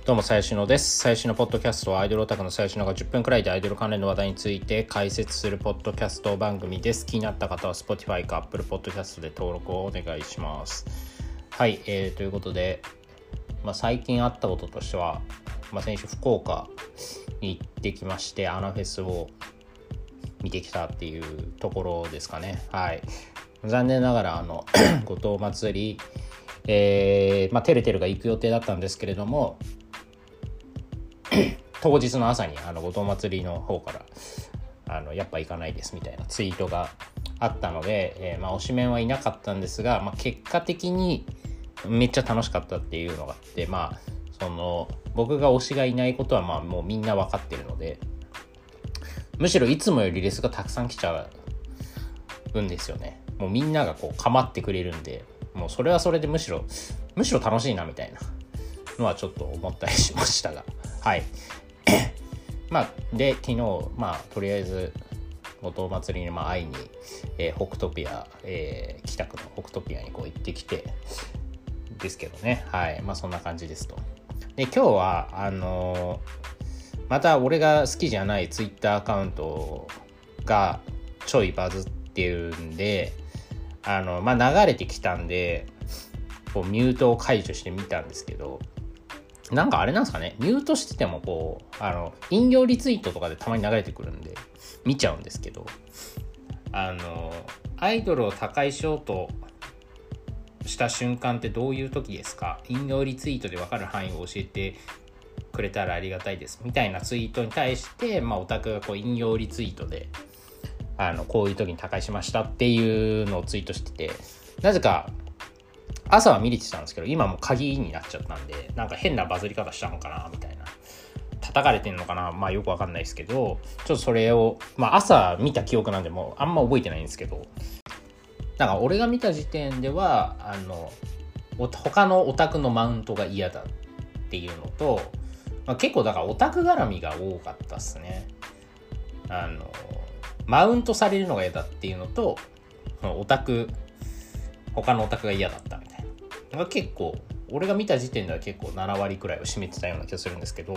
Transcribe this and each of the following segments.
どうも最新のです。最新のポッドキャストはアイドルオタクの最新のが10分くらいでアイドル関連の話題について解説するポッドキャスト番組です。気になった方は Spotify か Apple Podcast で登録をお願いします。はい、ということで、最近あったこととしては、先週福岡に行ってきましてアナフェスを見てきたっていうところですかね。はい。残念ながらご当祭り、てるてるが行く予定だったんですけれども、当日の朝にご当祭りの方からやっぱ行かないですみたいなツイートがあったので、推しメンはいなかったんですが、結果的にめっちゃ楽しかったっていうのがあって、僕が推しがいないことはもうみんな分かってるので、むしろいつもよりレスがたくさん来ちゃうんですよね。もうみんなが構ってくれるんで、もうそれはそれでむしろ楽しいなみたいなのはちょっと思ったりしましたが、はいで昨日とりあえずご当祭りに会いに、北トピア、北区の北トピアに行ってきてですけどね。はい、そんな感じですと。で今日はまた俺が好きじゃないツイッターアカウントがちょいバズってるんで、流れてきたんでミュートを解除してみたんですけど、なんかあれなんですかね、ミュートしてても引用リツイートとかでたまに流れてくるんで見ちゃうんですけど、アイドルを他界しようとした瞬間ってどういう時ですか？引用リツイートで分かる範囲を教えてくれたらありがたいですみたいなツイートに対して、オタクが引用リツイートでこういう時に他界しましたっていうのをツイートしてて、なぜか朝は見れてたんですけど、今もう鍵になっちゃったんで、なんか変なバズり方したのかなみたいな、叩かれてんのかな、よくわかんないですけど、ちょっとそれを朝見た記憶なんでもうあんま覚えてないんですけど、なんか俺が見た時点では他のオタクのマウントが嫌だっていうのと、結構だからオタク絡みが多かったっすね。マウントされるのが嫌だっていうのと、他のオタクが嫌だったみたいな。結構俺が見た時点では結構7割くらいを占めてたような気がするんですけど、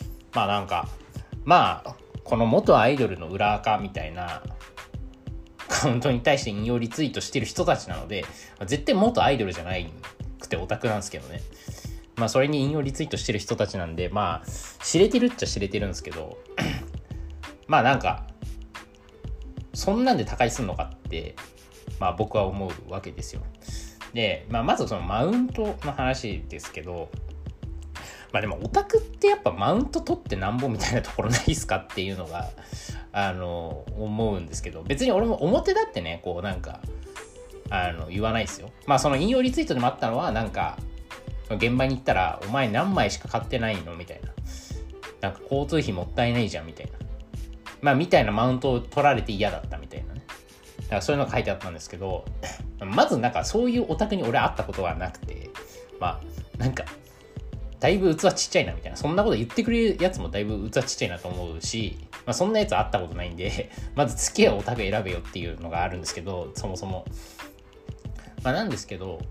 この元アイドルの裏垢みたいなカウントに対して引用リツイートしてる人たちなので、絶対元アイドルじゃないくてオタクなんですけどね。それに引用リツイートしてる人たちなんで、知れてるっちゃ知れてるんですけどなんかそんなんで他界すんのかって僕は思うわけですよ。で、まずそのマウントの話ですけど、でもオタクってやっぱマウント取ってなんぼみたいなところないっすかっていうのが思うんですけど、別に俺も表だってね言わないですよ。その引用リツイートでもあったのは、なんか現場に行ったらお前何枚しか買ってないのみたいな、なんか交通費もったいないじゃんみたいな、みたいなマウントを取られて嫌だったみたいなね、だからそういうのが書いてあったんですけど、まずなんかそういうオタクに俺は会ったことはなくて、なんかだいぶ器ちっちゃいなみたいな、そんなこと言ってくれるやつもだいぶ器ちっちゃいなと思うし、そんなやつ会ったことないんでまず付き合うオタク選べよっていうのがあるんですけど、そもそもなんですけど、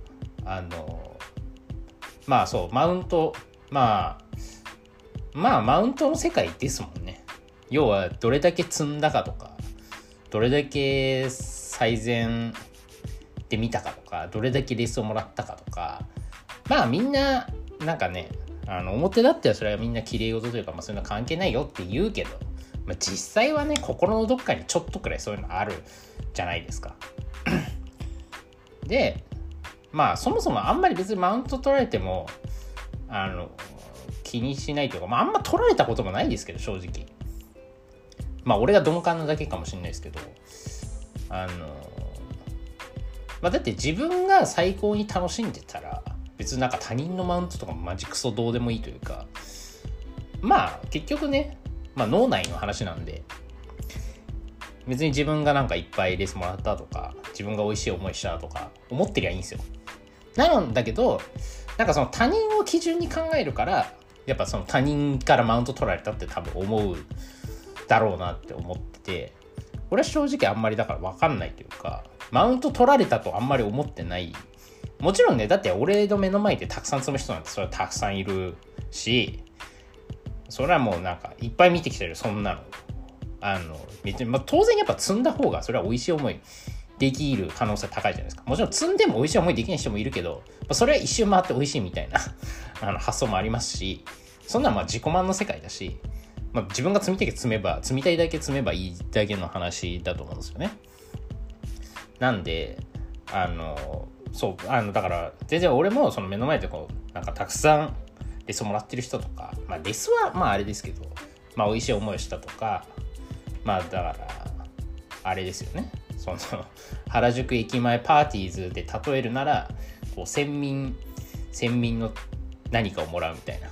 そうマウントマウントの世界ですもんね。要はどれだけ積んだかとか、どれだけ最善で見たかとか、どれだけレースをもらったかとか、みんななんかね、表だってはそれはみんな綺麗事というか、そういうの関係ないよって言うけど、実際はね、心のどっかにちょっとくらいそういうのあるじゃないですかで、そもそもあんまり別にマウント取られても気にしないというか、あんま取られたこともないですけど、正直俺が鈍感なだけかもしれないですけど、だって自分が最高に楽しんでたら別になんか他人のマウントとかもマジクソどうでもいいというか、結局ね、脳内の話なんで、別に自分がなんかいっぱいレースもらったとか、自分が美味しい思いしたとか思ってりゃいいんですよ。なんだけど、なんかその他人を基準に考えるから、やっぱその他人からマウント取られたって多分思うだろうなって思ってて、俺は正直あんまりだから分かんないというか、マウント取られたとあんまり思ってないもちろんね、だって俺の目の前でたくさん積む人なんてそれはたくさんいるし、それはもうなんかいっぱい見てきてる、そんなの。別に、当然やっぱ積んだ方がそれは美味しい思いできる可能性高いじゃないですか。もちろん積んでも美味しい思いできない人もいるけど、それは一周回って美味しいみたいな発想もありますし、そんな自己満の世界だし、自分が積みたいだけ積めばいいだけの話だと思うんですよね。なんでだから全然俺もその目の前でこうなんかたくさんレスをもらってる人とか、レスはあれですけど、美味しい思いをしたとか、だからあれですよね、その原宿駅前パーティーズで例えるならこう先民の何かをもらうみたいな、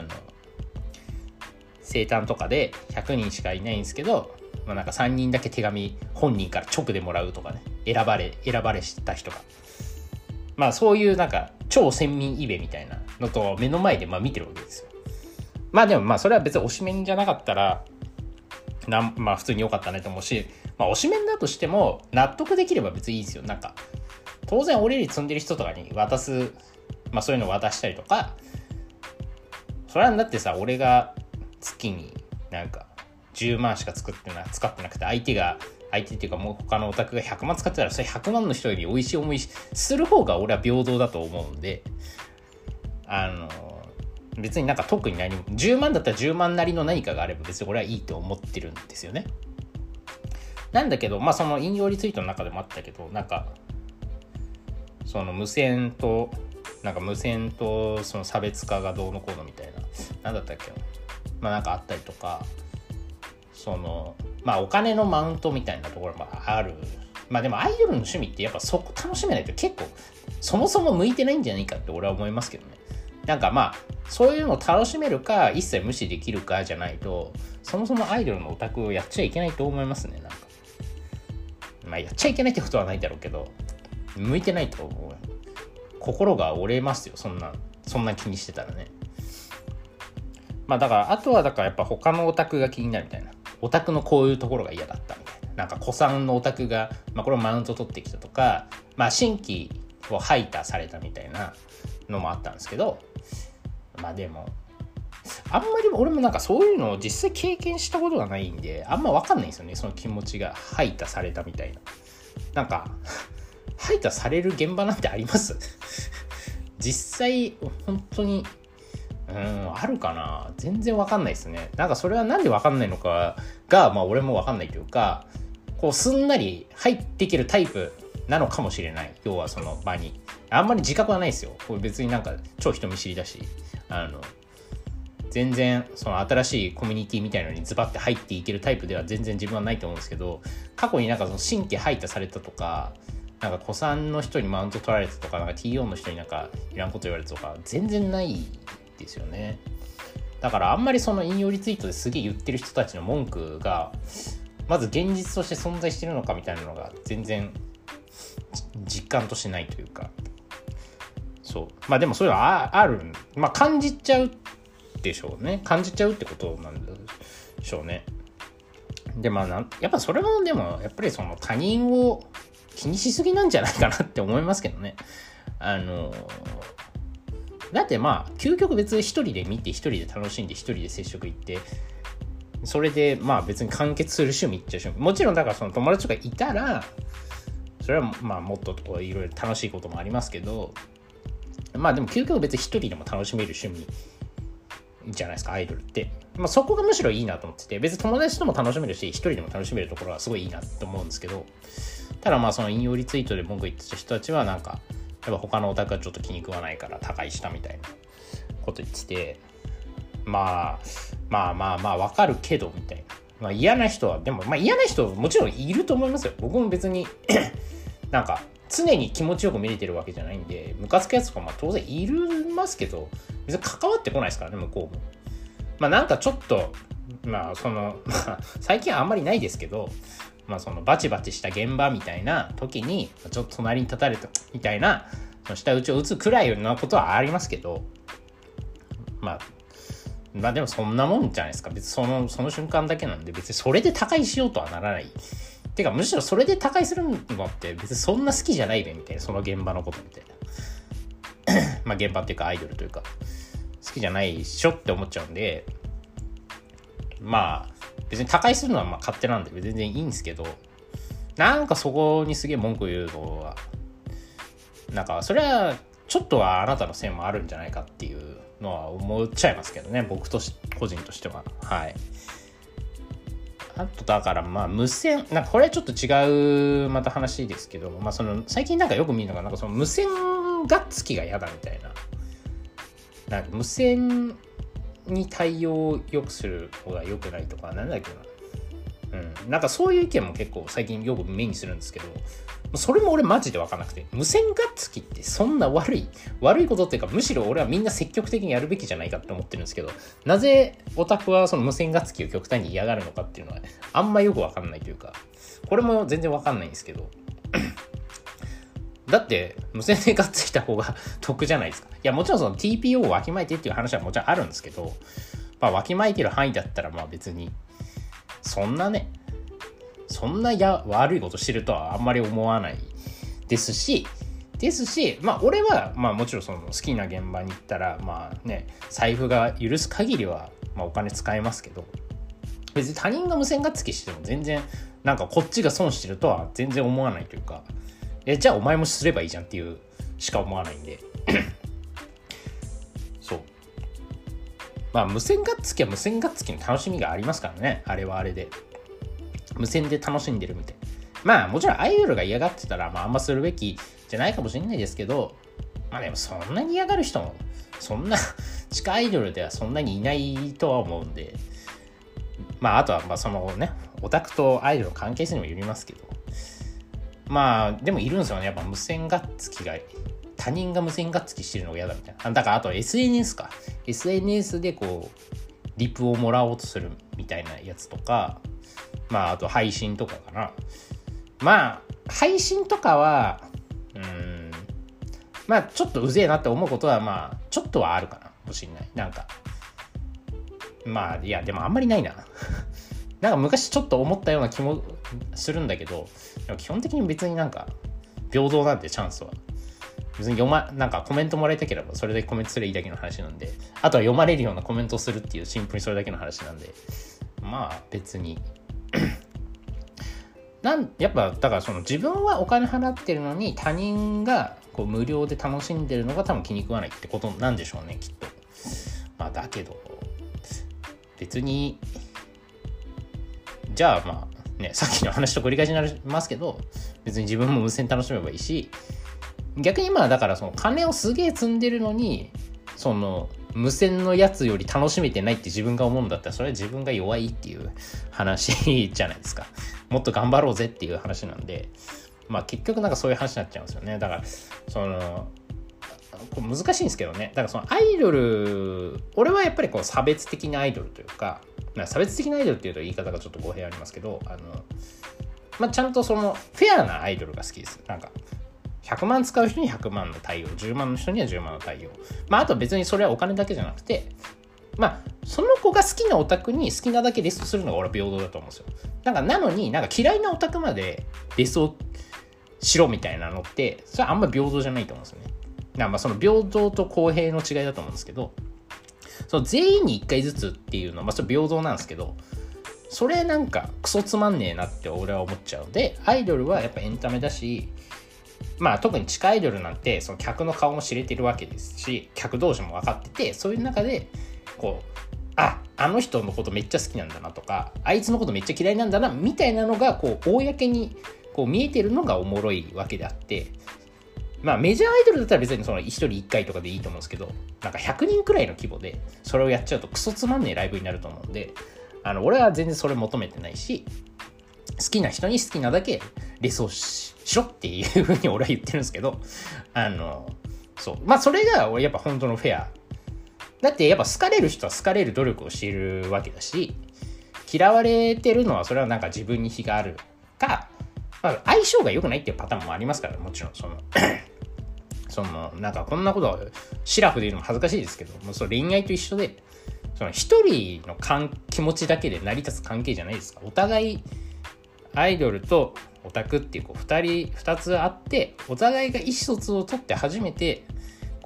生誕とかで100人しかいないんですけど、なんか3人だけ手紙本人から直でもらうとかね、選ばれした人が、そういうなんか超先民イベみたいなのと目の前で見てるわけですよ。でもそれは別に推しメンじゃなかったら普通に良かったねと思うし、推しメンだとしても納得できれば別にいいですよ。なんか当然俺より積んでる人とかに渡す、そういうのを渡したりとか、それはだってさ、俺が月になんか10万しか使ってなくて、相手っていうかもう他のオタクが100万使ってたら、それ100万の人より美味しい思いする方が俺は平等だと思うんで、別になんか特に何も、10万だったら10万なりの何かがあれば別に俺はいいと思ってるんですよね。なんだけどその引用リツイートの中でもあったけど、なんかその無線とその差別化がどうのこうのみたいな、なんだったっけな、なんかあったりとか、そのお金のマウントみたいなところもある。でもアイドルの趣味ってやっぱそこ楽しめないと結構そもそも向いてないんじゃないかって俺は思いますけどね。なんかそういうのを楽しめるか一切無視できるかじゃないと、そもそもアイドルのオタクをやっちゃいけないと思いますね。なんかやっちゃいけないってことはないだろうけど、向いてないと思う。心が折れますよ、そんな気にしてたらね。だからあとはやっぱ他のオタクが気になるみたいな、オタクのこういうところが嫌だったみたいな、なんか古参のオタクがこれをマウント取ってきたとか、新規を排他されたみたいなのもあったんですけど、でもあんまり俺もなんかそういうのを実際経験したことがないんであんま分かんないんですよね、その気持ちが。排他されたみたいな、なんか排他される現場なんてあります実際本当にあるかな。全然分かんないですね。なんかそれはなんで分かんないのかが俺も分かんないというか、こうすんなり入っていけるタイプなのかもしれない。要はその場にあんまり自覚はないですよ。これ別になんか超人見知りだし、全然その新しいコミュニティみたいなのにズバッて入っていけるタイプでは全然自分はないと思うんですけど、過去になんかその新規排他されたとか、なんか古参の人にマウント取られたとか、なんか T4 の人になんかいらんこと言われたとか全然ないですよね。だからあんまりその引用リツイートですげえ言ってる人たちの文句がまず現実として存在してるのかみたいなのが全然実感としてないというか、そうでもそういうのある、感じちゃうでしょうね。感じちゃうってことなんでしょうね。でやっぱそれもでもやっぱりその他人を気にしすぎなんじゃないかなって思いますけどね。だって究極別に一人で見て一人で楽しんで一人で接触行って、それで別に完結する趣味っちゃ趣味、もちろんだからその友達とかいたらそれはもっといろいろ楽しいこともありますけど、でも究極別に一人でも楽しめる趣味じゃないですか、アイドルって。そこがむしろいいなと思ってて、別に友達とも楽しめるし一人でも楽しめるところはすごいいいなと思うんですけど、ただその引用リツイートで文句言ってた人たちはなんかやっぱ他のオタクはちょっと気に食わないから他界したみたいなこと言ってて、わかるけどみたいな、嫌な人はでも嫌な人もちろんいると思いますよ。僕も別になんか常に気持ちよく見れてるわけじゃないんで、ムカつくやつとか当然いますけど、別に関わってこないですからね、向こうも。なんかちょっと最近はあんまりないですけど、そのバチバチした現場みたいな時にちょっと隣に立たれたみたいな、その下打ちを打つくらいのことはありますけど、でもそんなもんじゃないですか。別にその瞬間だけなんで、別にそれで他界しようとはならない。てかむしろそれで他界するのって別にそんな好きじゃないべみたいな、その現場のことみたいな。 まあ現場っていうかアイドルというか好きじゃないっしょって思っちゃうんで、まあ別に他界するのはまあ勝手なんで全然いいんですけど、なんかそこにすげえ文句言うのはなんかそれはちょっとはあなたのせいもあるんじゃないかっていうのは思っちゃいますけどね、僕と個人としては。はい。あとだからまあ無線なんかこれはちょっと違うまた話ですけど、まあその最近なんかよく見るのがなんかその無線がっつきが嫌だみたいな、なんか無線に対応を良くする方が良くないとかなんだっけな、なんかそういう意見も結構最近よく目にするんですけど、それも俺マジで分かんなくて、無線がっつきってそんな悪いことっていうか、むしろ俺はみんな積極的にやるべきじゃないかって思ってるんですけど、なぜオタクはその無線がっつきを極端に嫌がるのかっていうのはあんまよく分かんないというか、これも全然分かんないんですけどだって無線でがっつきた方が得じゃないですか。いやもちろんその TPO をわきまえてっていう話はもちろんあるんですけど、まあわきまえてる範囲だったらまあ別にそんな悪いことしてるとはあんまり思わないですし、まあ俺はまあもちろんその好きな現場に行ったらまあね、財布が許す限りはまあお金使えますけど、別に他人が無線がっつきしても全然なんかこっちが損してるとは全然思わないというか、じゃあお前もすればいいじゃんっていうしか思わないんでそうまあ無線がっつきは無線がっつきの楽しみがありますからね、あれはあれで無線で楽しんでるみたいな。まあもちろんアイドルが嫌がってたらまああんまするべきじゃないかもしれないですけど、まあでもそんなに嫌がる人もそんな地下アイドルではそんなにいないとは思うんで、まああとはまあそのねオタクとアイドルの関係性にもよりますけど、まあでもいるんですよね、やっぱ無線がっつきが、他人が無線がっつきしてるのが嫌だみたいな。だからあと SNS でこうリプをもらおうとするみたいなやつとか、まああと配信とかかな。まあ配信とかはまあちょっとうぜえなって思うことはまあちょっとはあるかもしれない。なんかまあいやでもあんまりないななんか昔ちょっと思ったような気もするんだけど、でも基本的に別になんか平等なんで、チャンスは別になんかコメントもらいたければそれでコメントすればいいだけの話なんで、あとは読まれるようなコメントをするっていうシンプルにそれだけの話なんで、まあ別にやっぱだからその自分はお金払ってるのに他人がこう無料で楽しんでるのが多分気に食わないってことなんでしょうね、きっと。まあだけど別にじゃあまあね、さっきの話と繰り返しになりますけど、別に自分も無線楽しめばいいし、逆に今だからその金をすげえ積んでるのにその無線のやつより楽しめてないって自分が思うんだったら、それは自分が弱いっていう話じゃないですか。もっと頑張ろうぜっていう話なんで、まあ結局なんかそういう話になっちゃうんですよね。だからそのこう難しいんですけどね。だからそのアイドル、俺はやっぱりこう差別的なアイドルというか、差別的なアイドルっていうと言い方がちょっと語弊ありますけど、まあ、ちゃんとそのフェアなアイドルが好きです。なんか100万使う人に100万の対応、10万の人には10万の対応。まああと別にそれはお金だけじゃなくて、まあその子が好きなオタクに好きなだけレストするのが俺は平等だと思うんですよ。なのになんか嫌いなオタクまでレスをしろみたいなのってそれはあんまり平等じゃないと思うんですよね。まあその平等と公平の違いだと思うんですけど、その全員に1回ずつっていうのはまあそれ平等なんですけど、それなんかクソつまんねえなって俺は思っちゃうので、アイドルはやっぱエンタメだし、まあ特に地下アイドルなんてその客の顔も知れてるわけですし、客同士も分かってて、そういう中でこうあの人のことめっちゃ好きなんだなとか、あいつのことめっちゃ嫌いなんだなみたいなのがこう公にこう見えてるのがおもろいわけであって、まあメジャーアイドルだったら別にその1人1回とかでいいと思うんですけど、なんか100人くらいの規模でそれをやっちゃうとクソつまんねえライブになると思うんで、俺は全然それ求めてないし、好きな人に好きなだけレスをしろっていうふうに俺は言ってるんですけど、そうまあそれが俺やっぱ本当のフェアだって、やっぱ好かれる人は好かれる努力をしているわけだし、嫌われてるのはそれはなんか自分に非があるか、まあ、相性が良くないっていうパターンもありますから、もちろんそのなんかこんなことはシラフで言うのも恥ずかしいですけども、その恋愛と一緒で、その一人の気持ちだけで成り立つ関係じゃないですか。お互いアイドルとオタクっていう2つあって、お互いが意思疎通を取って初めて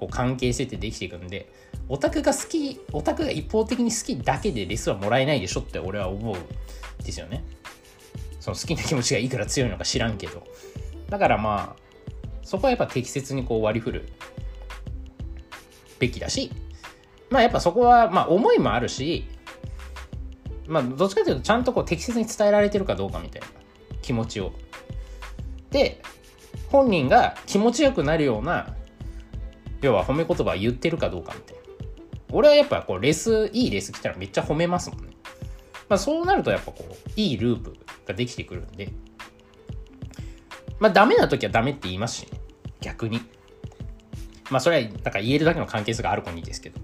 こう関係性ってできていくんで、オタクが一方的に好きだけでレスはもらえないでしょって俺は思うんですよね。その好きな気持ちがいくら強いのか知らんけど、だからまあそこはやっぱ適切にこう割り振るべきだし、まあやっぱそこはまあ思いもあるし、まあどっちかというとちゃんとこう適切に伝えられてるかどうかみたいな気持ちを、で本人が気持ちよくなるような要は褒め言葉を言ってるかどうかみたいな。俺はやっぱこういいレース来たらめっちゃ褒めますもんね。まあそうなるとやっぱこういいループができてくるんで、まあダメな時はダメって言いますしね、逆に。まあそれはだから言えるだけの関係性がある子にですけど、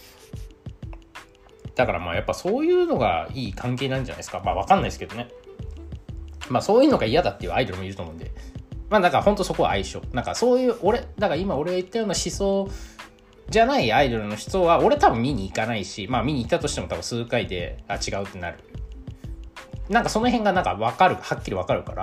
だからまあやっぱそういうのがいい関係なんじゃないですか。まあ分かんないですけどね。まあそういうのが嫌だっていうアイドルもいると思うんで、まあだから本当そこは相性。なんかそういうだから今俺が言ったような思想じゃないアイドルの人は俺多分見に行かないし、まあ見に行ったとしても多分数回で違うってなる。なんかその辺がなんかはっきり分かるから、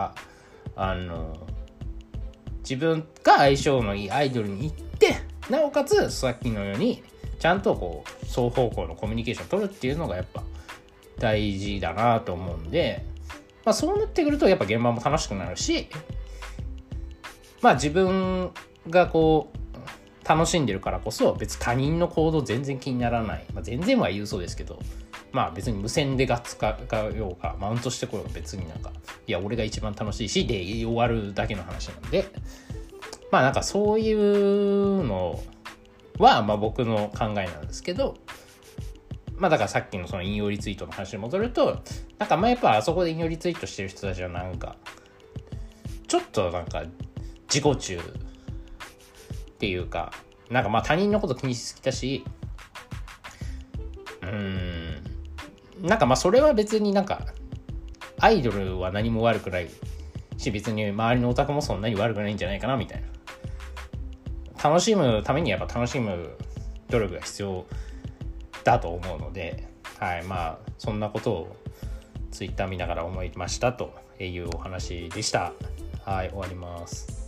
自分が相性のいいアイドルに行って、なおかつさっきのようにちゃんとこう双方向のコミュニケーションを取るっていうのがやっぱ大事だなと思うんで、まあそうなってくるとやっぱ現場も楽しくなるし、まあ自分がこう楽しんでるからこそ別に他人の行動全然気にならない、まあ、全然は言うそうですけど、まあ別に無線でガッツかようがマウントしてこようが別になんかいや俺が一番楽しいしで終わるだけの話なんで、まあなんかそういうのはまあ僕の考えなんですけど、まあだからさっきのその引用リツイートの話に戻ると、なんかまあやっぱあそこで引用リツイートしてる人たちはなんかちょっとなんか自己中っていうか、なんかまあ他人のこと気にしすぎたし、なんかまあそれは別になんかアイドルは何も悪くないし、別に周りのオタクもそんなに悪くないんじゃないかなみたいな。楽しむためにやっぱ楽しむ努力が必要だと思うので、はい、まあそんなことをツイッター見ながら思いましたというお話でした。はい、終わります。